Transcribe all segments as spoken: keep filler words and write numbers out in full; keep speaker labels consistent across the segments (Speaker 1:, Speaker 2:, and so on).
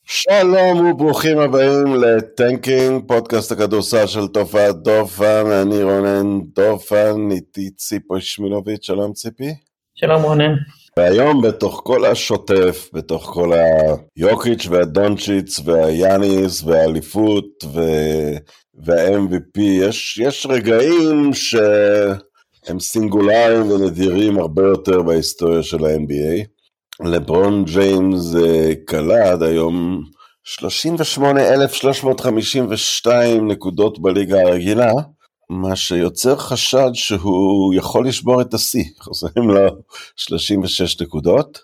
Speaker 1: שלום וברוכים הבאים לטנקינג, פודקאסט הכדורסל של תופעת דופן. אני רונן דופן, איתי ציפו שמילוביץ'. שלום ציפי.
Speaker 2: שלום רונן.
Speaker 1: והיום בתוך כל השוטף, בתוך כל היוקיץ' והדונצ'יץ והיאניס והאליפות וה-אם וי פי, יש, יש רגעים שהם סינגולריים ונדירים הרבה יותר בהיסטוריה של ה-אן בי איי. לברון ג'יימס קלה עד היום שלושים ושמונה אלף שלוש מאות חמישים ושתיים נקודות בליגה הרגילה, מה שיוצר חשד שהוא יכול לשבור את השיא. חוזרים לו שלושים ושש נקודות.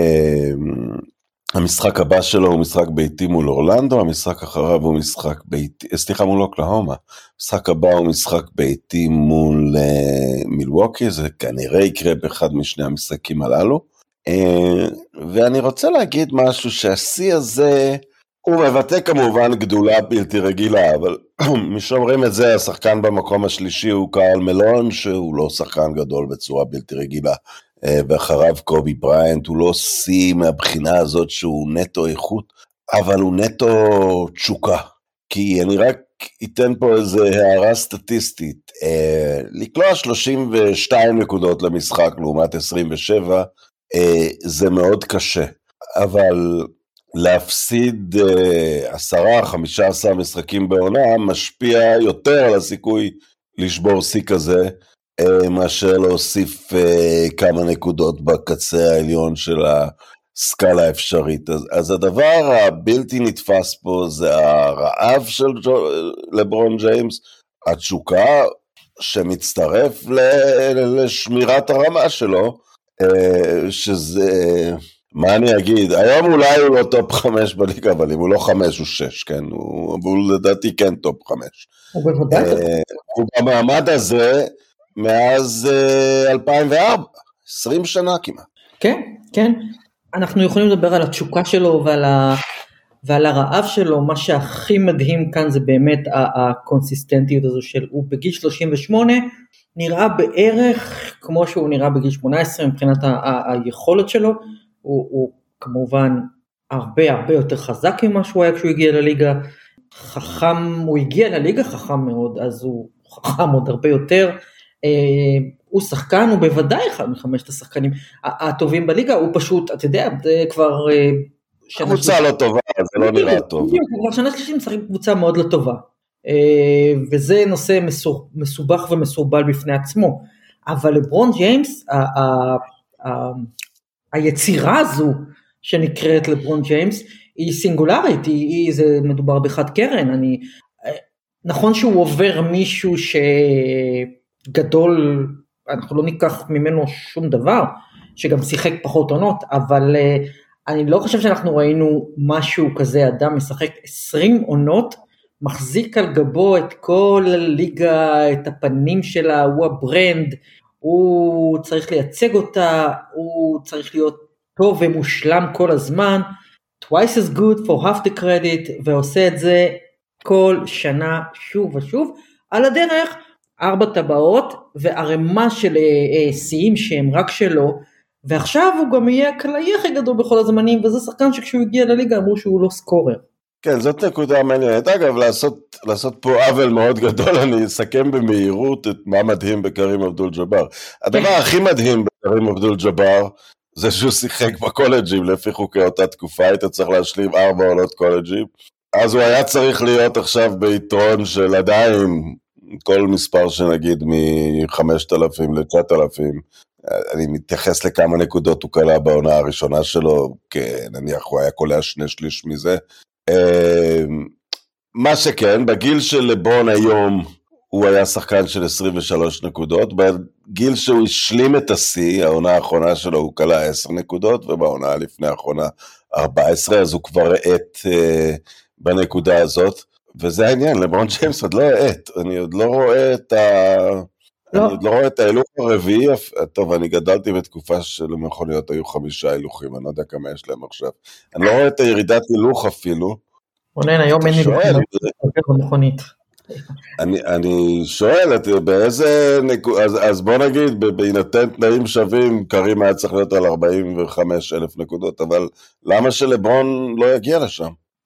Speaker 1: המשחק הבא שלו הוא משחק ביתי מול אורלנדו, המשחק אחריו הוא משחק ביתי, סליחה, מול אוקלהומה. המשחק הבא הוא משחק ביתי מול מילווקי, זה כנראה יקרה באחד משני המשחקים הללו. ואני רוצה להגיד משהו שהשיא הזה הוא מבטא כמובן גדולה בלתי רגילה, אבל משומרים את זה, השחקן במקום השלישי הוא קארל מלון, שהוא לא שחקן גדול בצורה בלתי רגילה, ואחריו קובי בריינט. הוא לא שיא מהבחינה הזאת שהוא נטו איכות, אבל הוא נטו תשוקה. כי אני רק אתן פה איזו הערה סטטיסטית, לקלוע שלושים ושתיים נקודות למשחק לעומת עשרים ושבע, זה מאוד קשה, אבל להפסיד עשרה, חמישה עשר משחקים בעונה משפיע יותר על הסיכוי לשבור שיא כזה, מאשר להוסיף כמה נקודות בקצה העליון של הסקאלה האפשרית. אז, אז הדבר הבלתי נתפס פה זה הרעב של לברון ג'יימס, התשוקה שמצטרף לשמירת הרמה שלו, שזה, מה אני אגיד, היום אולי הוא לא טופ חמש בליגה, אבל אם הוא לא חמש הוא שש, כן, הוא, הוא לדעתי כן טופ חמש.
Speaker 2: הוא בוודאי.
Speaker 1: הוא במעמד הזה מאז אלפיים וארבע, עשרים שנה כמעט.
Speaker 2: כן, כן, אנחנו יכולים לדבר על התשוקה שלו ועל, ה, ועל הרעב שלו. מה שהכי מדהים כאן זה באמת הקונסיסטנטיות הזו של, הוא בגיל שלושים ושמונה, נראה בערך כמו שהוא נראה בגיל שמונה עשרה מבחינת ה- ה- היכולת שלו. הוא, הוא כמובן הרבה הרבה יותר חזק ממה שהוא היה כשהוא הגיע לליגה, חכם, הוא הגיע לליגה חכם מאוד, אז הוא חכם עוד הרבה יותר, אה, הוא שחקן, הוא בוודאי אחד מחמשת השחקנים הטובים בליגה, הוא פשוט, אתה יודע, זה כבר אה,
Speaker 1: קבוצה לא טובה, זה לא נראה טוב.
Speaker 2: הוא כבר שנה שלישית משחק קבוצה מאוד לא טובה, וזה נושא מסובך ומסורבל בפני עצמו, אבל לברון ג'יימס, היצירה הזו שנקראת לברון ג'יימס, היא סינגולרית, היא, זה מדובר בחד קרן. אני, נכון שהוא עובר מישהו שגדול, אנחנו לא ניקח ממנו שום דבר, שגם שיחק פחות עונות, אבל אני לא חושב שאנחנו ראינו משהו כזה, אדם משחק עשרים עונות, מחזיק על גבו את כל הליגה, את הפנים שלה, הוא הברנד, הוא צריך לייצג אותה, הוא צריך להיות טוב ומושלם כל הזמן, twice as good for half the credit, ועושה את זה כל שנה שוב ושוב, על הדרך ארבע טבעות, וערמה של שיאים שהם רק שלו, ועכשיו הוא גם יהיה הקלעי הכי גדול בכל הזמנים, וזה שחקן שכשהוא הגיע לליגה אמרו שהוא לא סקורר.
Speaker 1: כן, זאת נקודה מעניינת. אגב, לעשות, לעשות פה עוול מאוד גדול, אני אסכם במהירות את מה מדהים בקרים אבדול ג'בר. הדבר הכי מדהים בקרים אבדול ג'בר, זה שהוא שיחק בקולג'ים, לפי חוקי אותה תקופה, היית צריך להשלים ארבע עונות קולג'ים, אז הוא היה צריך להיות עכשיו ביתרון של עדיין, כל מספר שנגיד מ-חמשת אלפים ל-תשעת אלפים, אני מתייחס לכמה נקודות הוא קלה בעונה הראשונה שלו, נניח הוא היה קולע שני שליש מזה, מה שכן, בגיל של לברון היום הוא היה שחקן של עשרים ושלוש נקודות, בגיל שהוא השלים את השיא, העונה האחרונה שלו הוא קלה עשר נקודות, ובעונה לפני האחרונה ארבע עשרה, אז הוא כבר רעט בנקודה הזאת, וזה העניין, לברון ג'יימס עוד לא רעט, אני עוד לא רואה את ה... לא. אני עוד לא רואה את ההילוך הרביעי, טוב, אני גדלתי בתקופה שלמכוניות היו חמישה הילוכים, אני לא יודע כמה יש להם עכשיו, אני לא רואה את הירידת הילוך אפילו.
Speaker 2: רונן, היום אין הילוכים במכונית.
Speaker 1: אני, אני שואל, באיזה נקודה, אז, אז בוא נגיד, בהינתן תנאים שווים, קרים היה צריך להיות על ארבעים וחמש אלף נקודות, אבל למה שלברון לא יגיע לשם?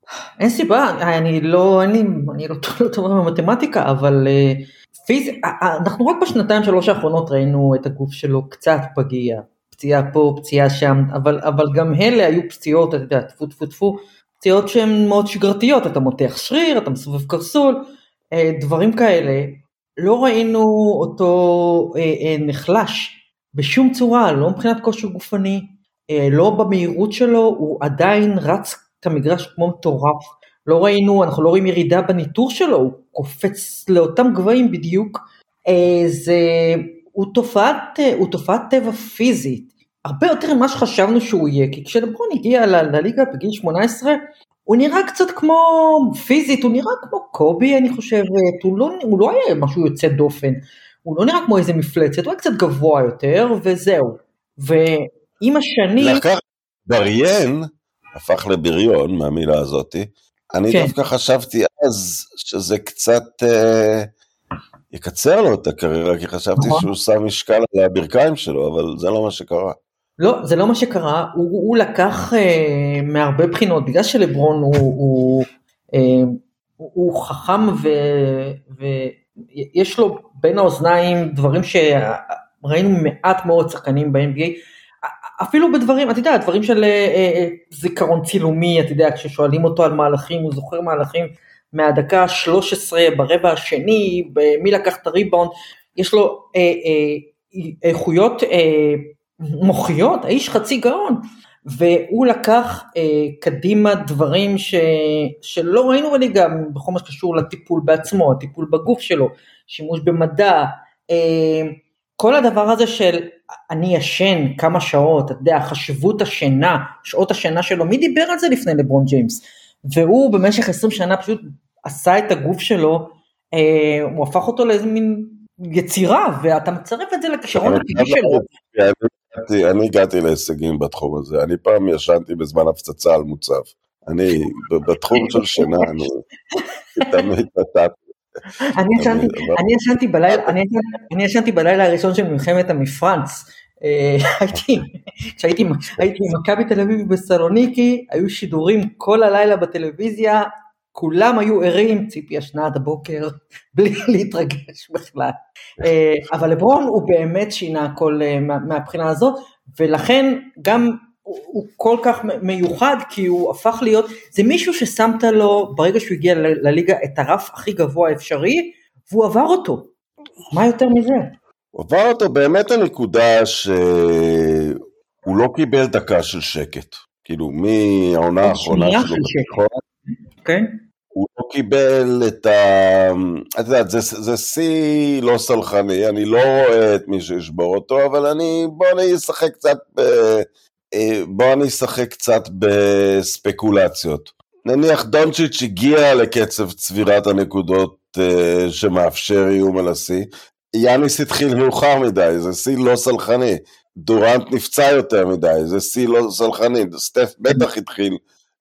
Speaker 2: אין סיבה, אני לא, אין לי, אני לא טובה במתמטיקה, אבל פיז, אנחנו רק בשנתיים שלוש האחרונות ראינו את הגוף שלו קצת פגיע, פציעה פה, פציעה שם, אבל, אבל גם אלה היו פציעות, אתה יודע, טפו טפו טפו, פציעות שהן מאוד שגרתיות, אתה מותח שריר, אתה מסובב קרסול, דברים כאלה, לא ראינו אותו נחלש בשום צורה, לא מבחינת כושר גופני, לא במהירות שלו, הוא עדיין רץ את המגרש כמו מטורף, לא ראינו, אנחנו לא רואים ירידה בניטור שלו, הוא קופץ לאותם גבהים בדיוק, זה, הוא תופעת, הוא תופעת טבע פיזית, הרבה יותר ממה שחשבנו שהוא יהיה, כי כשלברון הגיע לליגה בגיל שמונה עשרה, הוא נראה קצת כמו פיזית, הוא נראה כמו קובי, אני חושבת, הוא לא, הוא לא היה משהו יוצא דופן, הוא לא נראה כמו איזה מפלצת, הוא היה קצת גבוה יותר, וזהו. ועם השני...
Speaker 1: לאחר בריין, הפך לבריון מהמילה הזאת, אני כן. דווקא חשבתי אז שזה קצת אה, יקצר לו את הקריירה, כי חשבתי נכון. שהוא שם משקל על הברכיים שלו, אבל זה לא מה שקרה.
Speaker 2: לא, זה לא מה שקרה, הוא, הוא לקח אה, מהרבה בחינות, בגלל שלברון הוא, הוא, אה, הוא, הוא חכם ויש לו בין האוזניים דברים שראינו מעט מאוד שחקנים ב-אן בי איי, אפילו בדברים, אתה יודע, דברים של אה, אה, זיכרון צילומי, אתה יודע, כששואלים אותו על מהלכים, הוא זוכר מהלכים מהדקה שלוש עשרה ברבע השני, מי לקח את הריבאונד, יש לו אה, אה, איכויות אה, מוחיות, האיש חצי גאון, והוא לקח אה, קדימה דברים ש, שלא ראינו בליגה, בכל מה שקשור לטיפול בעצמו, הטיפול בגוף שלו, שימוש במדע, אה, כל הדבר הזה של אני ישן כמה שעות, אתה יודע, חשיבות השינה, שעות השינה שלו, מי דיבר על זה לפני לברון ג'יימס? והוא במשך עשרים שנה פשוט עשה את הגוף שלו, אה, הוא הפך אותו לאיזה מין יצירה, ואתה מצרף את זה לכישרון הטבעי שלו.
Speaker 1: אני הגעתי להישגים בתחום הזה, אני פעם ישנתי בזמן הפצצה על מוצב, אני בתחום של שינה, אני תמיד נתתי.
Speaker 2: אני ישנתי בלילה, אני ישנתי בלילה הראשון של מלחמת המפרץ, כשהייתי עם מכבי תל אביב בסלוניקי, היו שידורים כל הלילה בטלוויזיה, כולם היו ערים, ציפי ישנה עד הבוקר, בלי להתרגש בכלל. אבל לברון הוא באמת שינה הכל מהבחינה הזאת, ולכן גם הוא כל כך מיוחד, כי הוא הפך להיות, זה מישהו ששמת לו, ברגע שהוא הגיע לליגה, את הרף הכי גבוה האפשרי, והוא עבר אותו. מה יותר מזה?
Speaker 1: הוא עבר אותו באמת הנקודה שהוא לא קיבל דקה של שקט. כאילו, מהעונה האחרונה שלו בתיכון,
Speaker 2: כן?
Speaker 1: הוא לא קיבל את ה... את יודעת, זה, זה סי לא סלחני, אני לא רואה את מי שישבור אותו, אבל אני, בוא אני אשחק קצת, ב, בוא אני אשחק קצת בספקולציות. נניח דונצ'יץ' הגיע לקצב צבירת הנקודות שמאפשר איום על הסי, יאניס התחיל מאוחר מדי, זה סי לא סלחני, דורנט נפצע יותר מדי, זה סי לא סלחני, סטף בטח התחיל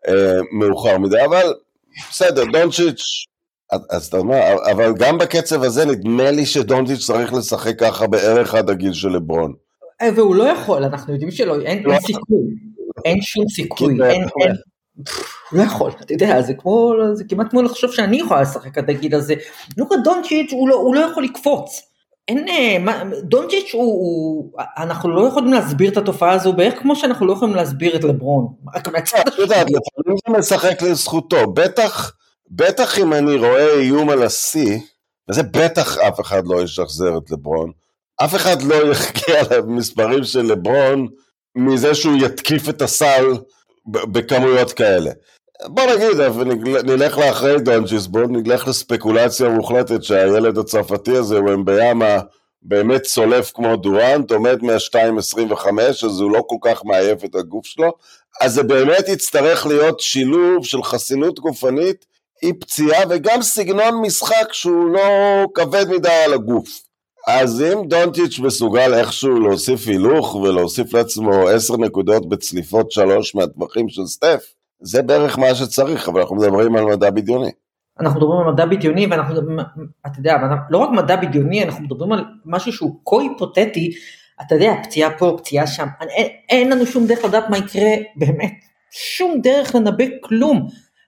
Speaker 1: מאוחר מדי, אבל בסדר, דונצ'יץ', אז אתה אומר, אבל גם בקצב הזה נדמה לי שדונצ'יץ' צריך לשחק ככה בערך עד הגיל של לברון.
Speaker 2: והוא לא יכול, אנחנו יודעים שלא, אין סיכוי, אין שום סיכוי, הוא לא יכול, אתה יודע, זה כמו, זה כמעט כמו לחשוב שאני יכולה לשחק עד הגיל הזה, דונצ'יץ' הוא לא יכול לקפוץ, אין, דונצ'יץ' הוא, אנחנו לא יכולים להסביר את התופעה הזו, בערך כמו שאנחנו לא יכולים להסביר את לברון.
Speaker 1: אתה יודעת, לפעמים זה משחק לזכותו, בטח, בטח אם אני רואה איום על הסי, וזה בטח אף אחד לא ישחזר את לברון, אף אחד לא יחכה על המספרים של לברון, מזה שהוא יתקיף את הסל בכמויות כאלה. בוא נגיד, נלך לאחרי דונצ'יץ', בוא נלך לספקולציה מוחלטת שהילד הצרפתי הזה הוא אמביאמה באמת סולף כמו דורנט, עומד מה-שתיים עשרים וחמש, אז הוא לא כל כך מעייף את הגוף שלו, אז זה באמת יצטרך להיות שילוב של חסינות גופנית, אי פציעה וגם סגנון משחק שהוא לא כבד מדי על הגוף. אז אם דונצ'יץ' מסוגל איכשהו להוסיף הילוך ולהוסיף לעצמו עשר נקודות בצליפות שלוש מהטווחים של סטף, זה בערך מה שצריך, אבל אנחנו מדברים על מדע בדיוני.
Speaker 2: אנחנו מדברים על מדע בדיוני, ואנחנו, אתה יודע, לא רק מדע בדיוני, אנחנו מדברים על משהו שהוא כה היפותטי, אתה יודע, פציעה פה, פציעה שם, אין, אין לנו שום דרך לדעת מה יקרה, באמת, שום דרך לנבא כלום,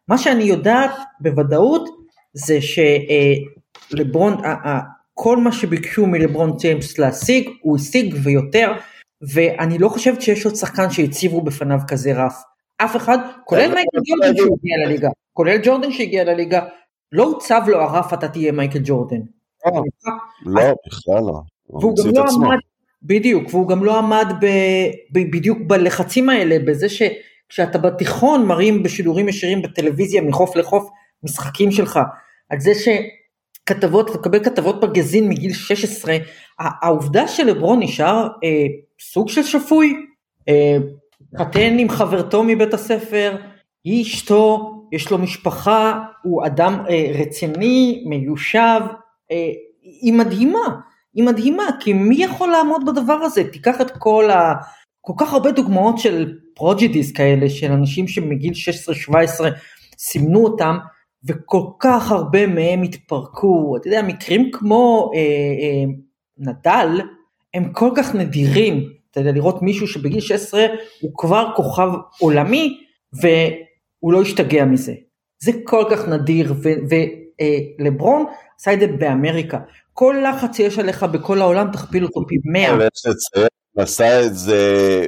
Speaker 2: מה שאני יודעת בוודאות, זה שלברון, כל מה שביקשו מלברון ג'יימס להשיג, הוא השיג ויותר, ואני לא חושבת שיש עוד שחקן שהציבו בפניו כזה רף, אף אחד, כולל מייקל ג'ורדן שהגיע לליגה, כולל ג'ורדן שהגיע לליגה, לא הוצב לו הרף, אתה תהיה מייקל ג'ורדן.
Speaker 1: לא, בכלל לא.
Speaker 2: והוא גם לא עמד, בדיוק, והוא גם לא עמד בדיוק בלחצים האלה, בזה שכשאתה בתיכון מראים בשידורים ישירים בטלוויזיה מחוף לחוף משחקים שלך, על זה שכתבות, לקבל כתבות בגזין מגיל שש עשרה, העובדה שלברון נשאר אה, סוג של שפוי, אה, חתן עם חברתו מבית הספר, היא אשתו, יש לו משפחה, הוא אדם אה, רציני, מיושב, אה, היא מדהימה, היא מדהימה, כי מי יכול לעמוד בדבר הזה? תיקח את כל ה... כל כך הרבה דוגמאות של פרוג'ידיס כאלה, של אנשים שמגיל שש עשרה שבע עשרה סימנו אותם, וכל כך הרבה מהם התפרקו. אתה יודע, מקרים כמו אה, אה, נדל, הם כל כך נדירים. אתה יודע, לראות מישהו שבגיל שש עשרה הוא כבר כוכב עולמי, והוא לא השתגע מזה. זה כל כך נדיר, ולברון אה, עשה את זה באמריקה. כל לחץ שיש עליך בכל העולם, תכפיל אותו פי מאה.
Speaker 1: עשה את זה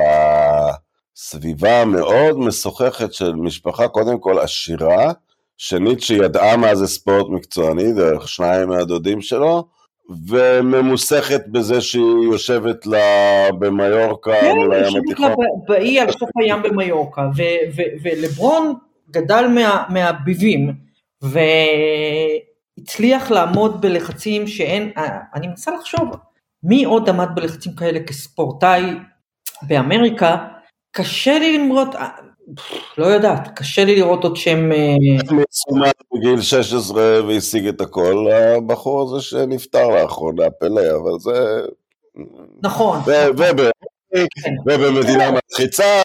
Speaker 1: בסביבה מאוד משוחחת של משפחה, קודם כל עשירה, שנית שידעה מה זה ספורט מקצועני, דרך שניים מהדודים שלו, וממוסכת בזה שהיא יושבת לה במיורקה,
Speaker 2: כן, היא יושבת לה באי על סוף הים במיורקה, ולברון גדל מהביבים, והצליח לעמוד בלחצים שאין, אני מנסה לחשוב, מי עוד עמד בלחצים כאלה כספורטאי באמריקה? קשה לי למרות, לא יודעת, קשה לי לראות עוד שם...
Speaker 1: מסומן בגיל שש עשרה והשיג את הכל, הבחור הזה שנפטר לאחרונה, פלא, אבל זה...
Speaker 2: נכון.
Speaker 1: ובמדינה מלחיצה,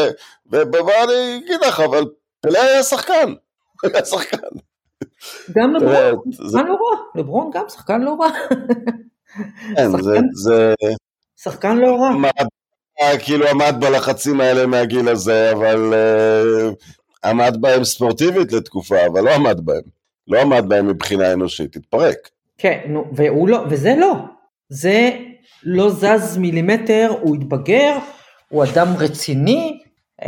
Speaker 1: ובואי אגיד לך, אבל פלא היה שחקן, היה שחקן.
Speaker 2: גם לברון, שחקן לא רע, לברון גם שחקן לא רע.
Speaker 1: כן, זה...
Speaker 2: שחקן לא רע.
Speaker 1: כאילו עמד בלחצים האלה מהגיל הזה, אבל עמד בהם ספורטיבית לתקופה, אבל לא עמד בהם. לא עמד בהם מבחינה אנושית, התפרק.
Speaker 2: כן, והוא לא, וזה לא. זה לא זז מילימטר, הוא התבגר, הוא אדם רציני,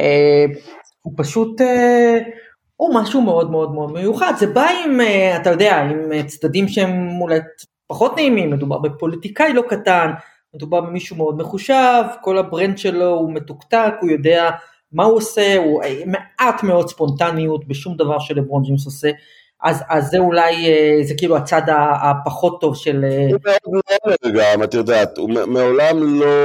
Speaker 2: הוא פשוט... הוא משהו מאוד מאוד מאוד מיוחד. זה בא עם, אתה יודע, עם צדדים שהם אולי פחות נעימים, מדובר בפוליטיקאי לא קטן, מדובר במישהו מאוד מחושב, כל הברנד שלו הוא מתוקתק, הוא יודע מה הוא עושה, הוא מעט מאוד ספונטניות בשום דבר שלברון ג'יימס עושה, אז, אז זה אולי, זה כאילו הצד הפחות טוב של...
Speaker 1: גם, את יודעת, הוא מעולם לא...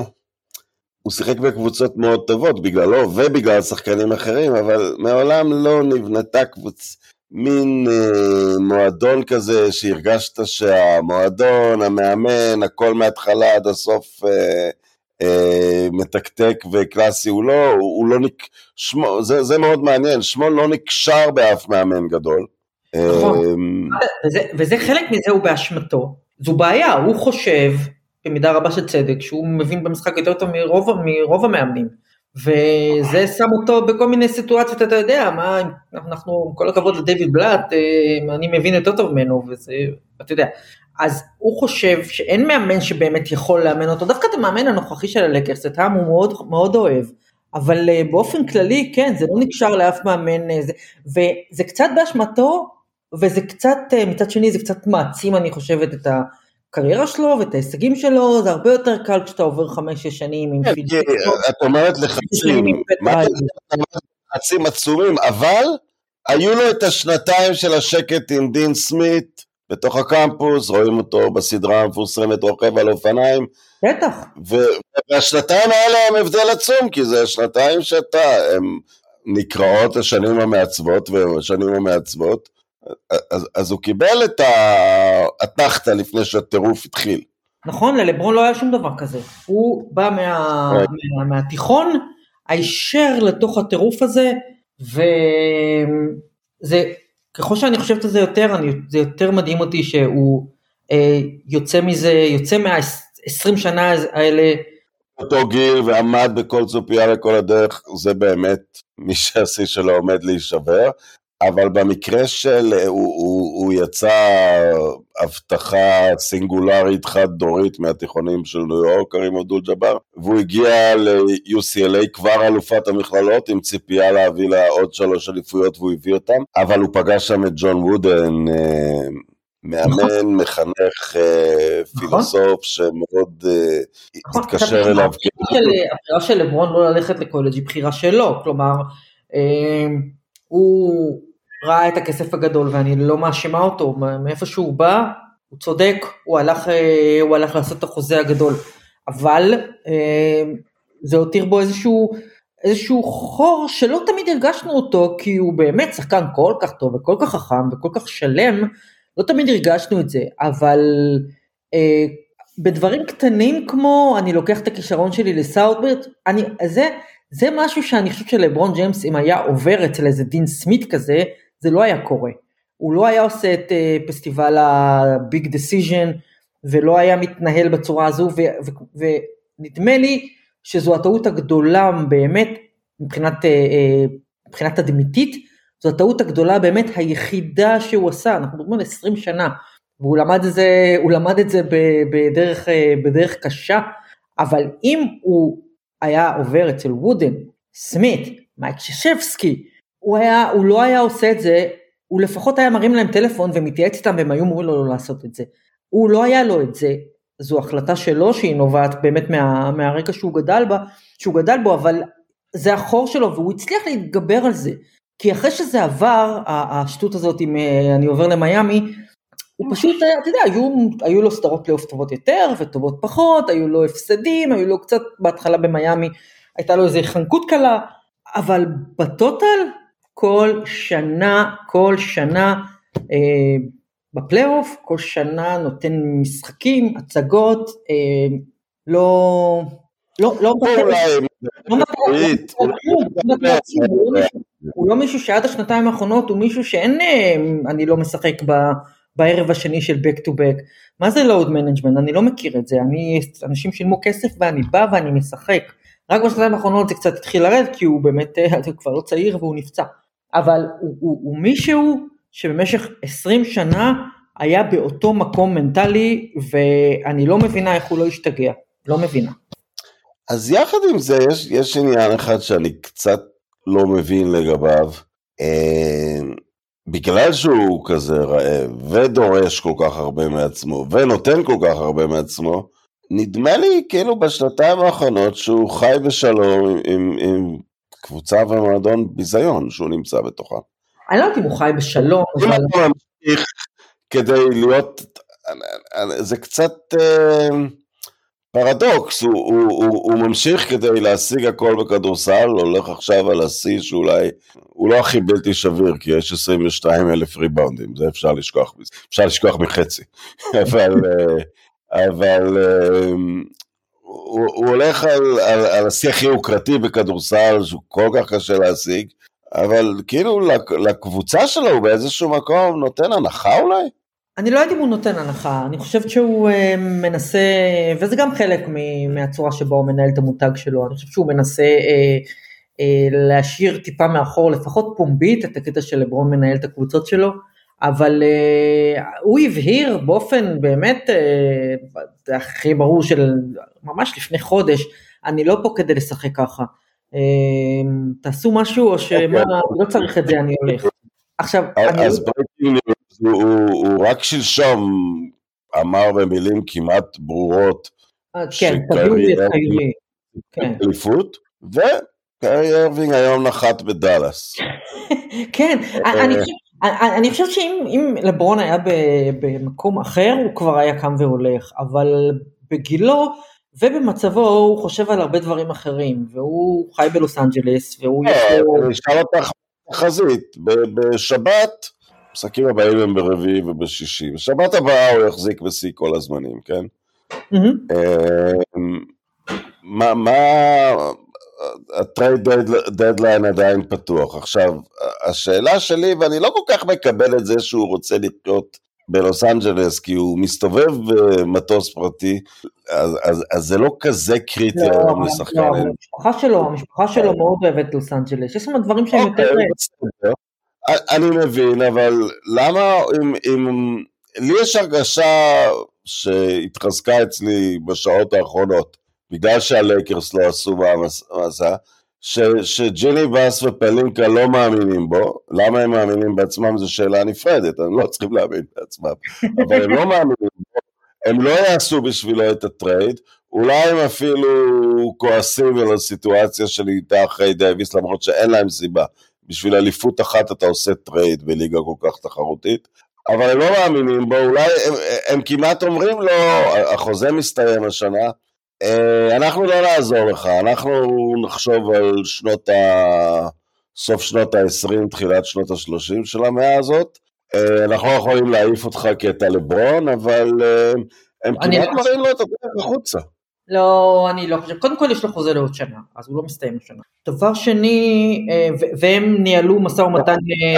Speaker 1: הוא שיחק בקבוצות מאוד טובות בגללו ובגלל שחקנים אחרים, אבל מעולם לא נבנתה קבוצה, מין אה, מועדון כזה שהרגשת שהמועדון, המאמן, הכל מההתחלה עד הסוף אה, אה, מתקתק וקלאסי, הוא לא, הוא, הוא לא נק... שמו, זה, זה מאוד מעניין, שמו לא נקשר באף מאמן גדול.
Speaker 2: נכון, אה, וזה, וזה חלק מזה הוא באשמתו, זו בעיה, הוא חושב, במידה רבה של צדק, שהוא מבין במשחק יותר טוב מרוב, מרוב המאמנים, וזה שם אותו בכל מיני סיטואציות, אתה יודע, מה, אנחנו, כל הכבוד לדיוויד בלאט, אני מבין יותר טוב ממנו, וזה, אתה יודע, אז הוא חושב שאין מאמן שבאמת יכול לאמן אותו, דווקא את המאמן הנוכחי של הלקרס, את העם הוא מאוד, מאוד אוהב, אבל באופן כללי, כן, זה לא נקשר לאף מאמן, זה, וזה קצת באשמתו, וזה קצת, מצד שני, זה קצת מעצים, אני חושבת, את ה... הקריירה שלו ואת ההישגים שלו, זה הרבה יותר קל כשאתה עובר חמש-שש שנים עם פיל.
Speaker 1: את אומרת לחצים, לחצים עצומים, אבל היו לו את השנתיים של השקט עם דין סמית, בתוך הקמפוס, רואים אותו בסדרה המפורסמת רוכב על אופניים.
Speaker 2: בטח.
Speaker 1: והשנתיים האלה הם הבדל עצום, כי זה השנתיים שאתה, הם נקראות השנים המעצבות והשנים המעצבות, אז, אז הוא קיבל את התחתה לפני שהטירוף התחיל.
Speaker 2: נכון, ללברון לא היה שום דבר כזה. הוא בא מה, מה, מהתיכון, הישר לתוך הטירוף הזה, וזה, ככל שאני חושבת על זה יותר, אני, זה יותר מדהים אותי שהוא אה, יוצא מזה, יוצא מה-עשרים שנה האלה.
Speaker 1: אותו גיל ועמד בכל ציפייה לכל הדרך, זה באמת מי שהשיא שלו עומד להישבר, אבל במקרה של, הוא, הוא, הוא יצא הבטחה סינגולרית חד דורית מהתיכונים של ניו יורק, קרים אבדול ג'אבר, והוא הגיע ל-יו סי אל איי כבר אלופת המכללות, עם ציפייה להביא לה עוד שלוש אליפויות, והוא הביא אותם, אבל הוא פגש שם את ג'ון וודן, מאמן, מחנך, פילוסוף, שמאוד התקשר אליו.
Speaker 2: הבחירה של לברון לא ללכת לקולג' היא בחירה שלו, כלומר, הוא ראה את הכסף הגדול, ואני לא מאשימה אותו, מאיפה שהוא בא, הוא צודק, הוא הלך, הוא הלך לעשות את החוזה הגדול, אבל זה הותיר בו איזשהו, איזשהו חור שלא תמיד הרגשנו אותו, כי הוא באמת שחקן כל כך טוב, וכל כך חכם, וכל כך שלם, לא תמיד הרגשנו את זה, אבל אה, בדברים קטנים כמו, אני לוקח את הכישרון שלי לסאוטברט, אני, זה, זה משהו שאני חושבת שלברון ג'יימס, אם היה עובר אצל איזה דין סמית כזה, זה לא היה קורה. הוא לא היה עושה את אה, פסטיבל הביג דיסיז'ן, ולא היה מתנהל בצורה הזו, ו, ו, ונדמה לי שזו הטעות הגדולה באמת, מבחינת, אה, אה, מבחינת הדמיתית, זו הטעות הגדולה באמת היחידה שהוא עשה, אנחנו מדברים על עשרים שנה, והוא למד את זה, הוא למד את זה בדרך, בדרך קשה, אבל אם הוא היה עובר אצל וודן, סמית, מייק ששבסקי, הוא, היה, הוא לא היה עושה את זה, הוא לפחות היה מרים להם טלפון ומתייעץ איתם, והם היו אומרים לו לא לעשות את זה. הוא לא היה לו את זה, זו החלטה שלו, שהיא נובעת באמת מה, מהרקע שהוא גדל בה, שהוא גדל בו, אבל זה החור שלו, והוא הצליח להתגבר על זה. כי אחרי שזה עבר, השטות הזאת, אם אני עובר למיימי, הוא פשוט, אתה יודע, היו, היו לו סדרות פלייאוף טובות יותר, וטובות פחות, היו לו הפסדים, היו לו קצת בהתחלה במיימי, הייתה לו איזו חנקות קלה, אבל בטוטל, כל שנה, כל שנה, אה, בפלייאוף, כל שנה נותן משחקים, הצגות, אה, לא, לא, לא, הוא לא מישהו שעד השנתיים האחרונות, הוא מישהו שאין, אני לא משחק בערב השני של back to back, מה זה load management? אני לא מכיר את זה, אני, אנשים שילמו כסף ואני בא ואני משחק, רק בשנתיים האחרונות זה קצת התחיל לרד, כי הוא באמת, הוא כבר לא צעיר והוא נפצע, אבל הוא, הוא, הוא מישהו שבמשך עשרים שנה היה באותו מקום מנטלי, ואני לא מבינה איך הוא לא השתגע, לא מבינה.
Speaker 1: אז יחד עם זה, יש, יש עניין אחד שאני קצת לא מבין לגביו, אה, בגלל שהוא כזה רעב, ודורש כל כך הרבה מעצמו, ונותן כל כך הרבה מעצמו, נדמה לי כאילו בשנתיים האחרונות, שהוא חי בשלום עם, עם, עם קבוצה ומועדון ביזיון, שהוא נמצא בתוכה.
Speaker 2: אני לא יודעת אם הוא חי בשלום,
Speaker 1: אבל... הוא ממשיך כדי להיות, זה קצת... אה, פרדוקס, הוא, הוא, הוא, הוא ממשיך כדי להשיג הכל בכדורסל, הולך עכשיו על השיא שאולי, הוא לא הכי בלתי שביר, כי יש עשרים ושניים אלף ריבאונדים, זה אפשר לשכוח, אפשר לשכוח מחצי, אבל, אבל הוא, הוא הולך על, על, על השיא הכי יוקרתי בכדורסל, שהוא כל כך קשה להשיג, אבל כאילו לקבוצה שלו הוא באיזשהו מקום נותן הנחה אולי?
Speaker 2: אני לא יודעת אם הוא נותן הנחה, אני חושבת שהוא uh, מנסה, וזה גם חלק מהצורה שבה הוא מנהל את המותג שלו, אני חושבת שהוא מנסה uh, uh, להשאיר טיפה מאחור, לפחות פומבית, את הקטע של לברון מנהל את הקבוצות שלו, אבל uh, הוא הבהיר באופן באמת, uh, הכי ברור של ממש לפני חודש, אני לא פה כדי לשחק ככה, uh, תעשו משהו או שמה, לא צריך את זה, אני הולך. עכשיו,
Speaker 1: אז אני... הוא, הוא, הוא רק שלשום אמר במילים כמעט ברורות
Speaker 2: כן, תביאו לי את קיירי
Speaker 1: כן. אליפות, וקיירי ארווינג היום נחת בדלס.
Speaker 2: כן, אני, אני חושבת שאם לברון היה במקום אחר, הוא כבר היה קם והולך, אבל בגילו ובמצבו הוא חושב על הרבה דברים אחרים, והוא חי בלוס אנג'לס, והוא...
Speaker 1: אני אשאל אותך חזית, בשבת... משחקים הבאים הם ברביעי ובשישי, בשבת הבאה הוא יחזיק בשיא כל הזמנים, כן? מה, מה, הטרייד דדליין עדיין פתוח, עכשיו, השאלה שלי, ואני לא כל כך מקבל את זה שהוא רוצה לחיות בלוס אנג'לס, כי הוא מסתובב במטוס פרטי, אז, אז, אז זה לא כזה קריטי
Speaker 2: לא,
Speaker 1: היום לשחקן.
Speaker 2: לא, המשפחה שלו, המשפחה שלו מאוד אוהבת לוס אנג'לס, יש שם דברים שהם יותר...
Speaker 1: אני מבין, אבל למה אם, אם לי יש הרגשה שהתחזקה אצלי בשעות האחרונות, בגלל שהלייקרס לא עשו במסע, שג'יני באס ופלינקה לא מאמינים בו. למה הם מאמינים בעצמם זו שאלה נפרדת, הם לא צריכים להאמין בעצמם, אבל הם לא מאמינים בו, הם לא יעשו בשבילו את הטרייד, אולי הם אפילו כועסים על הסיטואציה של איתה אחרי דייביס, למרות שאין להם סיבה, בשביל אליפות אחת אתה עושה טרייד בליגה כל כך תחרותית, אבל הם לא מאמינים בו, אולי הם, הם כמעט אומרים לו, החוזה מסתיים השנה, אנחנו לא נעזור לך, אנחנו נחשוב על שנות ה... סוף שנות ה-עשרים, תחילת שנות ה-שלושים של המאה הזאת, אנחנו לא יכולים להעיף אותך כי אתה לברון, אבל הם כמעט מראים לו את הדרך החוצה.
Speaker 2: לא, אני לא חושב, קודם כל יש לו חוזה לעוד שנה, אז הוא לא מסתיים השנה. דבר שני, והם ניהלו מסע ומתן...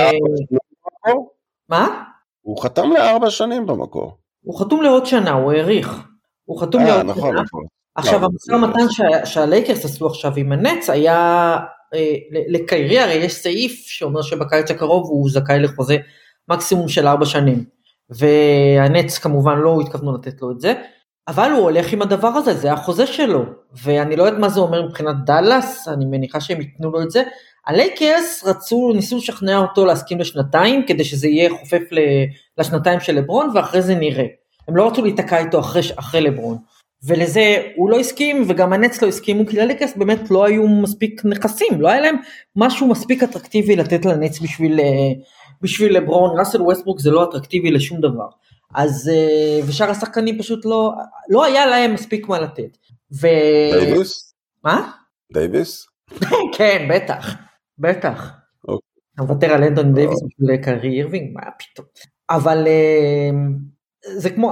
Speaker 2: מה?
Speaker 1: הוא חתם לארבע שנים במקור.
Speaker 2: הוא חתום לעוד שנה, הוא העריך. הוא חתום לעוד שנה. עכשיו, המסע ומתן שהלייקרס עשו עכשיו עם הנץ, היה לקיירי, הרי יש סעיף שאומר שבקיץ הקרוב הוא זכאי לחוזה מקסימום של ארבע שנים, והנץ כמובן לא התכוונו לתת לו את זה, אבל הוא הולך עם הדבר הזה, זה החוזה שלו, ואני לא יודעת מה זה אומר מבחינת דלס, אני מניחה שהם ייתנו לו את זה. הלייקרס רצו, ניסו לשכנע אותו להסכים לשנתיים, כדי שזה יהיה חופף לשנתיים של לברון, ואחרי זה נראה. הם לא רצו להתקע איתו אחרי, אחרי לברון, ולזה הוא לא הסכים, וגם הנץ לא הסכימו, כי ללייקרס באמת לא היו מספיק נכסים, לא היה להם משהו מספיק אטרקטיבי לתת לנץ בשביל, בשביל לברון. ראסל ווסטברוק זה לא אטרקטיבי לשום דבר. אז, ושאר השחקנים פשוט לא, לא היה להם מספיק מה לתת. ו...
Speaker 1: דייביס?
Speaker 2: מה?
Speaker 1: דייביס?
Speaker 2: כן, בטח, בטח. נוותר על אנטוני דייביס בשביל קיירי אירווינג, מה פתאום. אבל זה כמו,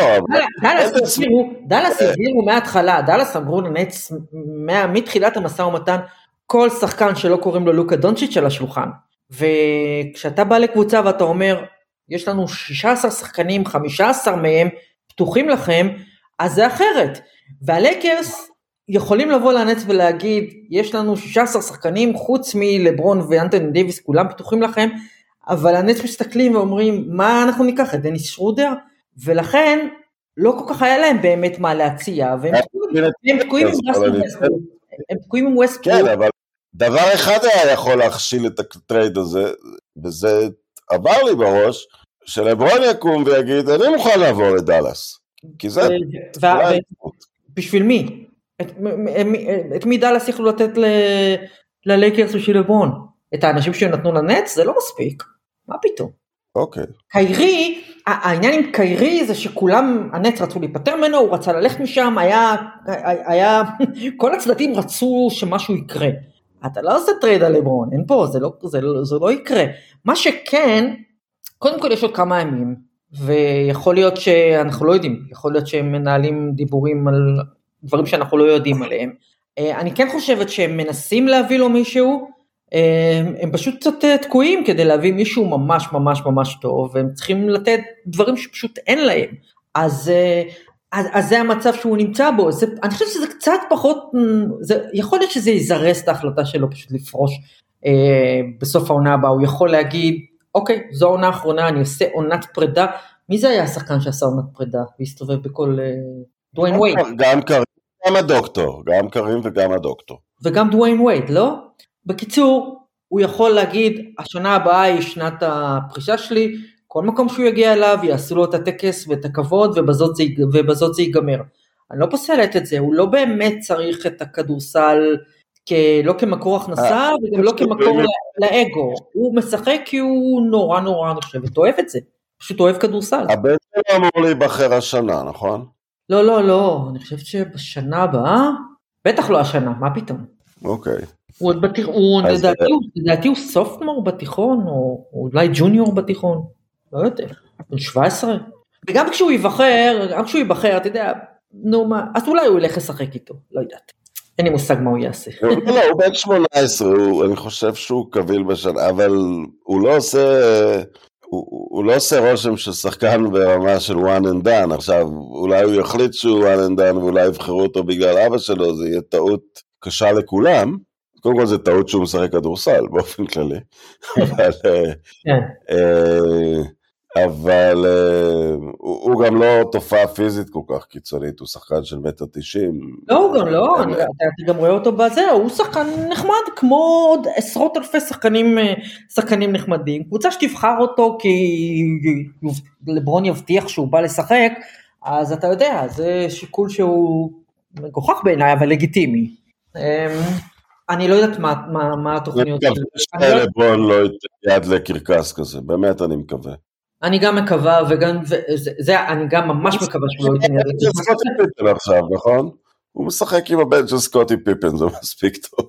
Speaker 2: דלס הסבירו מההתחלה, דלס אמרו לנץ, מתחילת המשא ומתן, כל שחקן שלא קוראים לו לוקה דונצ'יץ' על השולחן. וכשאתה בא לקבוצה ואתה אומר, יש לנו שישה עשר שחקנים, חמישה עשר מהם פתוחים לכם, אז זה אחרת. והלייקרס יכולים לבוא לנץ ולהגיד, יש לנו שישה עשר שחקנים, חוץ מלברון ואנטוני דייביס, כולם פתוחים לכם, אבל הנץ מסתכלים ואומרים, מה אנחנו ניקח? את דניס שרודר? ולכן, לא כל כך היה להם באמת מה להציע, והם תקועים עם ווסטברוק. הם תקועים עם ווסטברוק.
Speaker 1: כן, אבל דבר אחד היה יכול להכשיל את הטרייד הזה, וזה עבר לי בראש, שלברון יקום ויגיד, אני מוכן לעבור לדלס, כי זה...
Speaker 2: בשביל מי? את מי דלס יכלו לתת ללייקרס בשביל לברון? את האנשים שנתנו לנץ? זה לא מספיק. מה פתאום?
Speaker 1: אוקיי.
Speaker 2: קיירי, העניין עם קיירי זה שכולם, הנץ רצו להיפטר ממנו, הוא רצה ללכת משם, היה, היה, כל הצדדים רצו שמשהו יקרה. אתה לא עושה טרייד על לברון, אין פה, זה לא, זה לא, זה לא יקרה. מה שכן, קודם כל יש עוד כמה ימים, ויכול להיות שאנחנו לא יודעים, יכול להיות שהם מנהלים דיבורים על דברים שאנחנו לא יודעים עליהם. אני כן חושבת שהם מנסים להביא לו מישהו, הם פשוט קצת תקועים כדי להביא מישהו ממש ממש ממש טוב, והם צריכים לתת דברים שפשוט אין להם. אז, אז, אז זה המצב שהוא נמצא בו. זה, אני חושבת שזה קצת פחות, זה, יכול להיות שזה יזרס את ההחלטה שלו פשוט לפרוש אה, בסוף העונה הבאה. הוא יכול להגיד, אוקיי, זו העונה האחרונה, אני עושה עונת פרידה. מי זה היה השחקן שעשה עונת פרידה והסתובב בכל אה, דוויין וייד?
Speaker 1: גם קרים, גם הדוקטור, גם קרים וגם הדוקטור.
Speaker 2: וגם דוויין וייד, לא? בקיצור, הוא יכול להגיד, השנה הבאה היא שנת הפרישה שלי, כל מקום שהוא יגיע אליו, יעשו לו את הטקס ואת הכבוד, ובזאת זה, ובזאת זה ייגמר. אני לא פוסלת את זה, הוא לא באמת צריך את הכדורסל, כ, לא כמקור הכנסה, וגם לא כמקור לאגו. הוא משחק כי הוא נורא נורא נחשבת, אוהב את זה. פשוט אוהב כדורסל.
Speaker 1: הבן שלו אמור להיבחר השנה, נכון?
Speaker 2: לא, לא, לא, אני חושבת שבשנה הבאה, בטח לא השנה, מה פתאום?
Speaker 1: אוקיי.
Speaker 2: הוא עוד בתיכון, לדעתי הוא סופטמור בתיכון, או אולי ג'וניור בתיכון, לא יודע, בן שבע עשרה. וגם כשהוא ייבחר, גם כשהוא ייבחר, אתה יודע, נו מה, אז אולי הוא ילך לשחק איתו, לא יודעת. אין לי מושג מה הוא יעשה.
Speaker 1: לא, לא, הוא בן שמונה עשרה, אני חושב שהוא קביל בשנה, אבל הוא לא עושה, הוא, הוא לא עושה רושם של שחקן ברמה של one and done, עכשיו אולי הוא יחליט שהוא one and done ואולי יבחרו אותו בגלל אבא שלו, זה יהיה טעות קשה לכולם, קודם כל זה טעות שהוא משחק כדורסל באופן כללי, אבל, אבל הוא, הוא גם לא תופעה פיזית כל כך קיצונית, הוא שחקן של מטר תשעים.
Speaker 2: לא, הוא גם לא, אני, אתה גם רואה אותו בזה, הוא שחקן נחמד, כמו עוד עשרות אלפי שחקנים, שחקנים נחמדים, קבוצה שתבחר אותו כי לברון יבטיח שהוא בא לשחק, אז אתה יודע, זה שיקול שהוא מגוחך בעיניי, אבל לגיטימי. אני לא יודעת מה, מה, מה התוכניות.
Speaker 1: אני מקווה שלברון לא ייתן יד לקרקס כזה, באמת אני מקווה.
Speaker 2: אני גם מקווה, וגם, זה, אני גם ממש מקווה שהוא לא ייתן יד לקרקס.
Speaker 1: זה סקוטי פיפן עכשיו, נכון? הוא משחק עם הבן של סקוטי פיפן, זה מספיק טוב.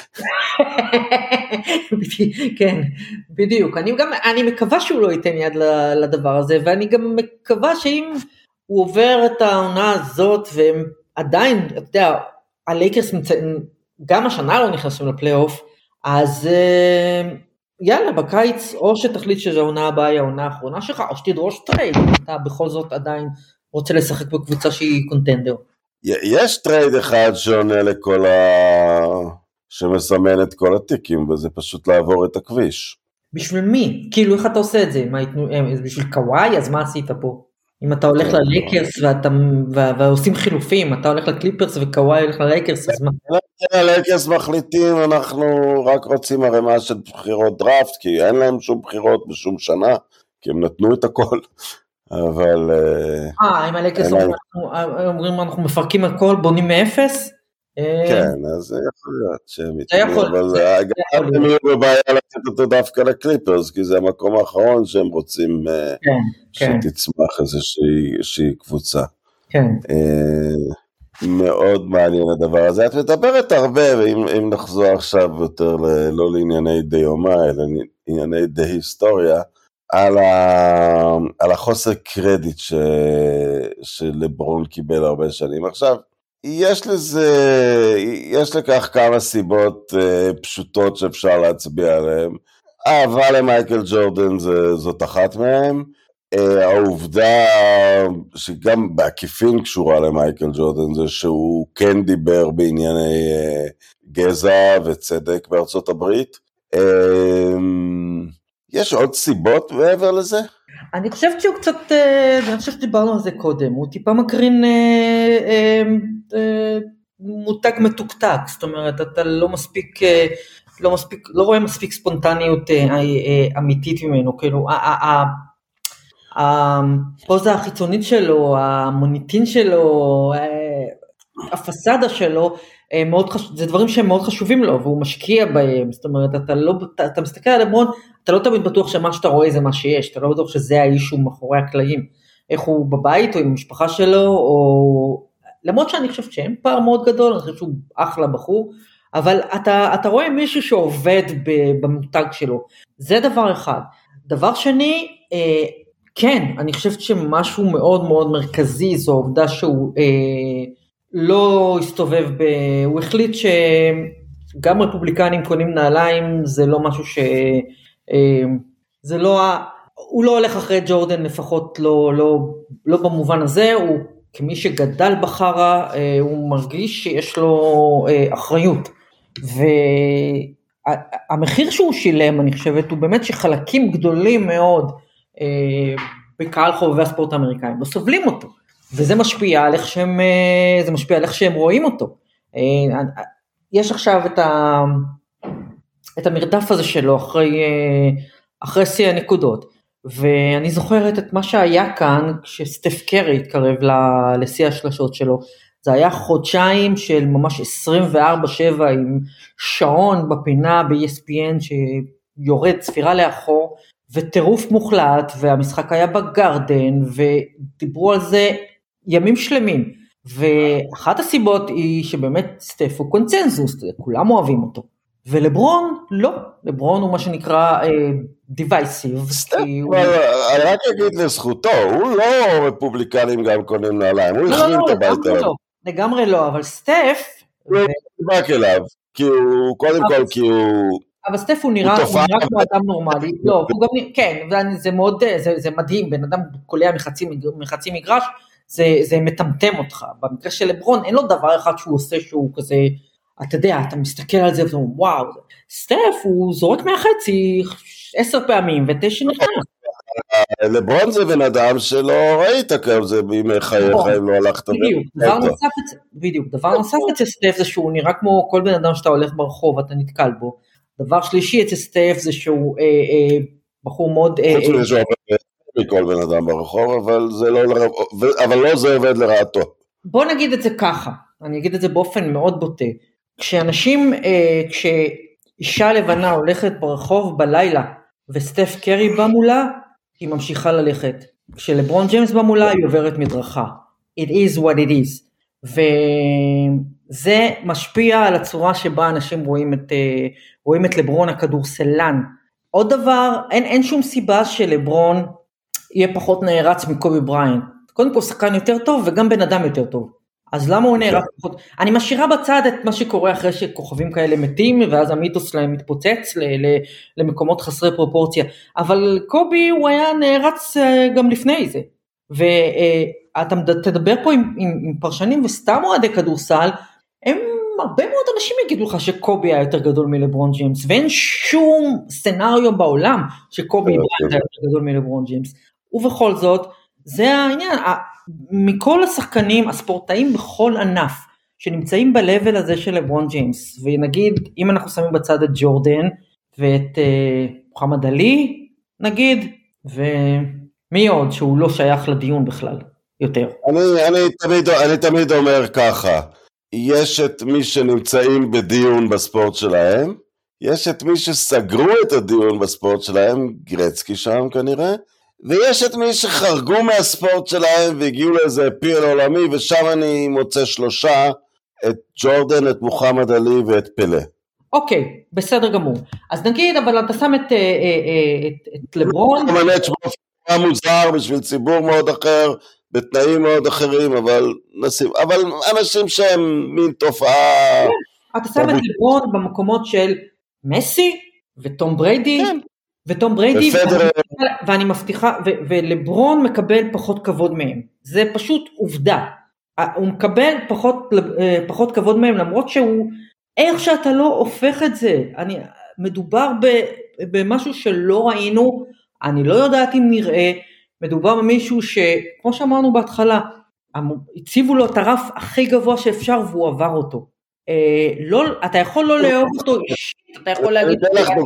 Speaker 2: כן, בדיוק. אני גם, אני מקווה שהוא לא ייתן יד לדבר הזה, ואני גם מקווה שאם הוא עובר את העונה הזאת, והם עדיין, אתה יודע, הלייקרס גם השנה לא נכנסים לפלייאוף, אז יאללה, בקיץ, או שתחליט שזו העונה הבאה היא העונה האחרונה שלך, או שתדרוש טרייד, אתה בכל זאת עדיין רוצה לשחק בקבוצה שהיא קונטנדר.
Speaker 1: יש טרייד אחד שעונה לכל ה... שמסמן את כל הטיקים, וזה פשוט לעבור את הכביש.
Speaker 2: בשביל מי? כאילו איך אתה עושה את זה? מה, בשביל קוואי? אז מה עשית פה? אם אתה הולך ללייקרס ואתה, ועושים חילופים, אתה הולך לקליפרס וקוואי הולך ללייקרס, אז מה?
Speaker 1: הלייקרס מחליטים, אנחנו רק רוצים הרמה של בחירות דראפט, כי אין להם שום בחירות בשום שנה, כי הם נתנו את הכל, אבל...
Speaker 2: אה, אם הלייקרס אומרים, אנחנו מפרקים הכל, בונים מאפס?
Speaker 1: כן, אז זה יכול להיות שהם יתנו, אבל גם הם יהיו בבעיה לתת אותו דווקא לקליפרס, כי זה המקום האחרון שהם רוצים שתצמח איזושהי קבוצה.
Speaker 2: כן.
Speaker 1: מאוד מעניין הדבר הזה. את מדברת הרבה, ואם נחזור עכשיו יותר לא לענייני דיומה, אלא לענייני די היסטוריה, על החוסר קרדיט שלברון קיבל הרבה שנים. עכשיו, יש לזה, יש לכך כמה סיבות uh, פשוטות שאפשר להצביע עליהן. אהבה למייקל ג'ורדן זה, זאת אחת מהן. Uh, העובדה שגם בעקיפין קשורה למייקל ג'ורדן זה שהוא כן דיבר בענייני uh, גזע וצדק בארצות הברית. Uh, יש עוד סיבות מעבר לזה?
Speaker 2: אני חושבת שהוא קצת, אני חושבת שדיברנו על זה קודם, הוא טיפה מקרין מותג מתוקתק, זאת אומרת, אתה לא מספיק, לא מספיק, לא רואה מספיק ספונטניות אמיתית ממנו, כאילו, הפוזה החיצונית שלו, המוניטין שלו, הפסדה שלו, מאוד חשוב, זה דברים שהם מאוד חשובים לו, והוא משקיע בהם, זאת אומרת, אתה לא, אתה מסתכל על לברון, אתה לא תמיד בטוח שמה שאתה רואה זה מה שיש, אתה לא בטוח שזה האיש הוא מאחורי הקלעים, איך הוא בבית או עם המשפחה שלו, או, למרות שאני חושבת שאין פער מאוד גדול, אני חושבת שהוא אחלה בחור, אבל אתה, אתה רואה מישהו שעובד במותג שלו, זה דבר אחד. דבר שני, אה, כן, אני חושבת שמשהו מאוד מאוד מרכזי, זו העובדה שהוא, אה, לא הסתובב, ב... הוא החליט שגם רפובליקנים קונים נעליים, זה לא משהו ש... זה לא, הוא לא הולך אחרי ג'ורדן, לפחות לא, לא, לא במובן הזה, הוא כמי שגדל בחרה, הוא מרגיש שיש לו אחריות, והמחיר שהוא שילם, אני חושבת, הוא באמת שחלקים גדולים מאוד, בקהל חובבי הספורט האמריקאים, לא סובלים אותו, וזה משפיע על איך שהם, זה משפיע על איך שהם רואים אותו. יש עכשיו את ה, את המרדף הזה שלו אחרי, אחרי שיא הנקודות, ואני זוכרת את מה שהיה כאן, כשסטף קרי התקרב לשיא השלשות שלו, זה היה חודשיים של ממש עשרים וארבע שבע, עם שעון בפינה ב-E S P N שיורד ספירה לאחור, וטירוף מוחלט, והמשחק היה בגרדן, ודיברו על זה ימים שלמים, ואחת הסיבות היא שבאמת סטף הוא קונצנזוס, כולם אוהבים אותו, ולברון לא, לברון הוא מה שנקרא דיווייסיב.
Speaker 1: סטף, אני רק אגיד לזכותו, הוא לא רפובליקנים גם קונים נעליים, הוא הכין את הבית עליו.
Speaker 2: לגמרי לא, אבל סטף,
Speaker 1: הוא נדבק אליו, קודם כל כי הוא
Speaker 2: אבל סטף הוא נראה כמו אדם נורמלי, לא, הוא גם, כן, זה מאוד, זה מדהים, בן אדם קולע מחצי מגרש, זה מטמטם אותך, במקרה של לברון אין לו דבר אחד שהוא עושה שהוא כזה, אתה יודע, אתה מסתכל על זה ואתה אומר, וואו, סטף הוא זורק מהחצי עשר פעמים ותשע נכנס.
Speaker 1: לברון זה בן אדם שלא ראית כאן, זה בימי חייך, אם לא הלכת.
Speaker 2: בדיוק, דבר נוסף, בדיוק, דבר נוסף אצל סטף זה שהוא נראה כמו כל בן אדם שאתה הולך ברחוב, אתה נתקל בו. דבר שלישי אצל סטף זה שהוא בחור מאוד...
Speaker 1: חוץ מזה שהוא עובד מכל בן אדם ברחוב, אבל לא זה עובד לרעתו.
Speaker 2: בוא נגיד את זה ככה, אני אגיד את זה באופן מאוד בוטה. כשאנשים, כשאישה לבנה הולכת ברחוב בלילה, וסטף קרי בא מולה, היא ממשיכה ללכת. כשלברון ג'יימס בא מולה, היא עוברת מדרכה. It is what it is. וזה משפיע על הצורה שבה אנשים רואים את, רואים את לברון הכדורסלן. עוד דבר, אין, אין שום סיבה שלברון יהיה פחות נערץ מקובי בריינט. קודם כל שחקן יותר טוב, וגם בן אדם יותר טוב. אז למה הוא נערץ פחות? אני משאירה בצד את מה שקורה אחרי שכוכבים כאלה מתים, ואז המיתוס שלהם מתפוצץ למקומות חסרי פרופורציה. אבל קובי הוא היה נערץ גם לפני זה. ואתה תדבר פה עם, עם, עם פרשנים וסתם אוהדי כדורסל, הם הרבה מאוד אנשים יגידו לך שקובי היה יותר גדול מלברון ג'יימס, ואין שום סצנריו בעולם שקובי היה יותר גדול מלברון ג'יימס. ובכל זאת, זה העניין, מכל השחקנים, הספורטאים בכל ענף, שנמצאים בלבל הזה של לברון ג'יימס, ונגיד, אם אנחנו שמים בצד את ג'ורדן, ואת uh, מוחמד עלי, נגיד, ומי עוד שהוא לא שייך לדיון בכלל, יותר.
Speaker 1: אני, אני, תמיד, אני תמיד אומר ככה, יש את מי שנמצאים בדיון בספורט שלהם, יש את מי שסגרו את הדיון בספורט שלהם, גרצקי שם כנראה, ויש את מי שחרגו מהספורט שלהם והגיעו לאיזה פיל עולמי, ושם אני מוצא שלושה, את ג'ורדן, את מוחמד עלי ואת פלה.
Speaker 2: אוקיי, בסדר גמור. אז נגיד, אבל אתה שם את, את, את לברון.
Speaker 1: אני מנת שבאופן מוזר בשביל ציבור מאוד אחר, בתנאים מאוד אחרים, אבל נשים, אבל אנשים שהם מין תופעה.
Speaker 2: אתה שם את לברון במקומות של מסי וטום בריידי, כן. וטום בריידי, ואני, ואני מבטיחה, ו, ולברון מקבל פחות כבוד מהם, זה פשוט עובדה, הוא מקבל פחות, פחות כבוד מהם, למרות שהוא, איך שאתה לא הופך את זה, אני, מדובר ב, במשהו שלא ראינו, אני לא יודעת אם נראה, מדובר במישהו שכמו שאמרנו בהתחלה, הציבו לו את הרף הכי גבוה שאפשר, והוא עבר אותו, לא, אתה יכול לא לאהוב אותו אישית, אתה יכול להגיד,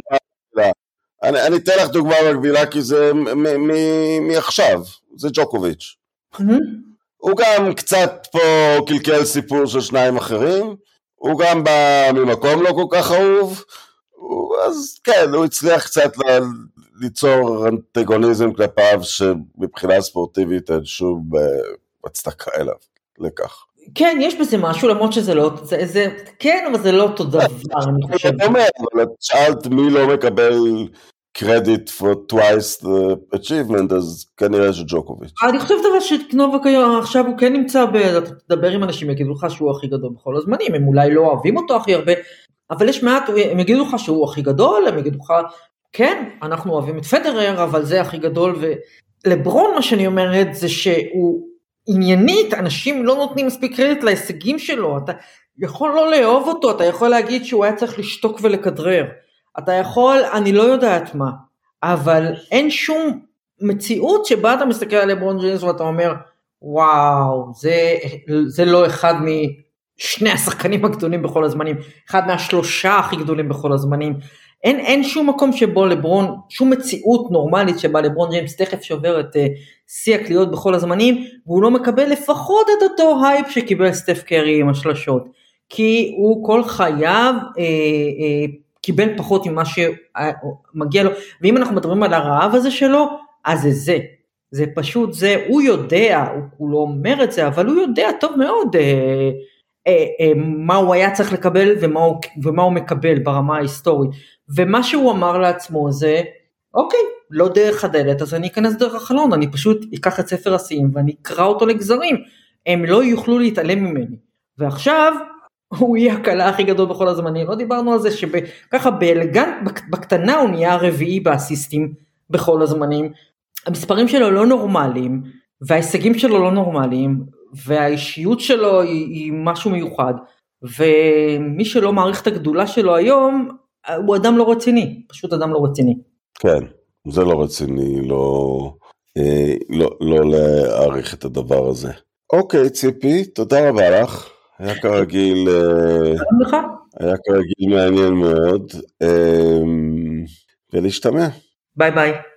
Speaker 1: אני, אני אתן לך דוגמה מקבילה, כי זה מעכשיו, זה ג'וקוביץ'. Mm-hmm. הוא גם קצת פה קלקל סיפור של שניים אחרים, הוא גם בא ממקום לא כל כך אהוב, הוא, אז כן, הוא הצליח קצת ל, ליצור אנטגוניזם כלפיו, שמבחינה ספורטיבית אין שום הצדקה אליו, לכך.
Speaker 2: כן, יש בזה משהו, למרות שזה לא, זה, זה, כן, אבל זה לא אותו דבר, אני חושב.
Speaker 1: אני אומר, אבל את שאלת מי לא מקבל קרדיט for twice the achievement, אז כנראה שג'וקוביץ'.
Speaker 2: אני חושב דבר שכנובה עכשיו הוא כן נמצא, אתה תדבר עם אנשים, יגידו לך שהוא הכי גדול בכל הזמנים, הם אולי לא אוהבים אותו הכי הרבה, אבל יש מעט, הם יגידו לך שהוא הכי גדול, הם יגידו לך, כן, אנחנו אוהבים את פדרר, אבל זה הכי גדול, ולברון מה שאני אומרת, זה שהוא עניינית, אנשים לא נותנים מספיק קרדיט להישגים שלו, אתה יכול לא לאהוב אותו, אתה יכול להגיד שהוא היה צריך לשתוק ולכדרר, אתה יכול, אני לא יודעת מה, אבל אין שום מציאות שבה אתה מסתכל על לברון ג'יימס ואתה אומר, וואו, זה, זה לא אחד משני השחקנים הגדולים בכל הזמנים, אחד מהשלושה הכי גדולים בכל הזמנים, אין, אין שום מקום שבו לברון, שום מציאות נורמלית שבה לברון ג'יימס תכף שובר את uh, שיא הקליעות בכל הזמנים, והוא לא מקבל לפחות את אותו הייפ שקיבל סטף קרי עם השלשות, כי הוא כל חייו אה, אה, קיבל פחות ממה שמגיע לו, ואם אנחנו מדברים על הרעב הזה שלו, אז זה זה, זה פשוט זה, הוא יודע, הוא, הוא לא אומר את זה, אבל הוא יודע טוב מאוד, אה, אה, אה, מה הוא היה צריך לקבל, ומה הוא, ומה הוא מקבל ברמה ההיסטורית, ומה שהוא אמר לעצמו זה, אוקיי, לא דרך הדלת, אז אני אכנס דרך החלון, אני פשוט אקח את ספר השיאים, ואני אקרא אותו לגזרים, הם לא יוכלו להתעלם ממני, ועכשיו, הוא יהיה הקלה הכי גדול בכל הזמנים, לא דיברנו על זה שככה באלגנט, בקטנה הוא נהיה הרביעי באסיסטים בכל הזמנים, המספרים שלו לא נורמליים, וההישגים שלו לא נורמליים, והאישיות שלו היא, היא משהו מיוחד, ומי שלא מעריך את הגדולה שלו היום, הוא אדם לא רציני, פשוט אדם לא רציני.
Speaker 1: כן, זה לא רציני, לא, אה, לא, לא להעריך את הדבר הזה. אוקיי, ציפי, תודה רבה לך. היה כרגיל, אה, היה כרגיל מעניין מאוד, אה, ולהשתמע.
Speaker 2: ביי ביי.